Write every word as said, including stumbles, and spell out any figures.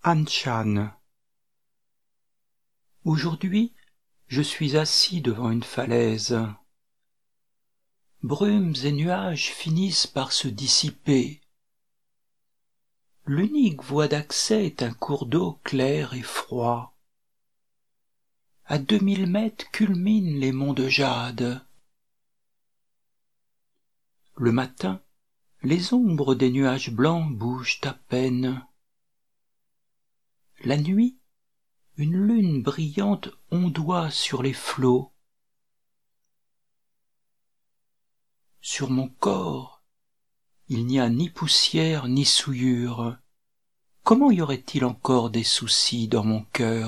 Han Shan. Aujourd'hui, je suis assis devant une falaise. Brumes et nuages finissent par se dissiper. L'unique voie d'accès est un cours d'eau clair et froid. À deux mille mètres culminent les monts de jade. Le matin, les ombres des nuages blancs bougent à peine. La nuit, une lune brillante ondoie sur les flots. Sur mon corps, il n'y a ni poussière ni souillure. Comment y aurait-il encore des soucis dans mon cœur ?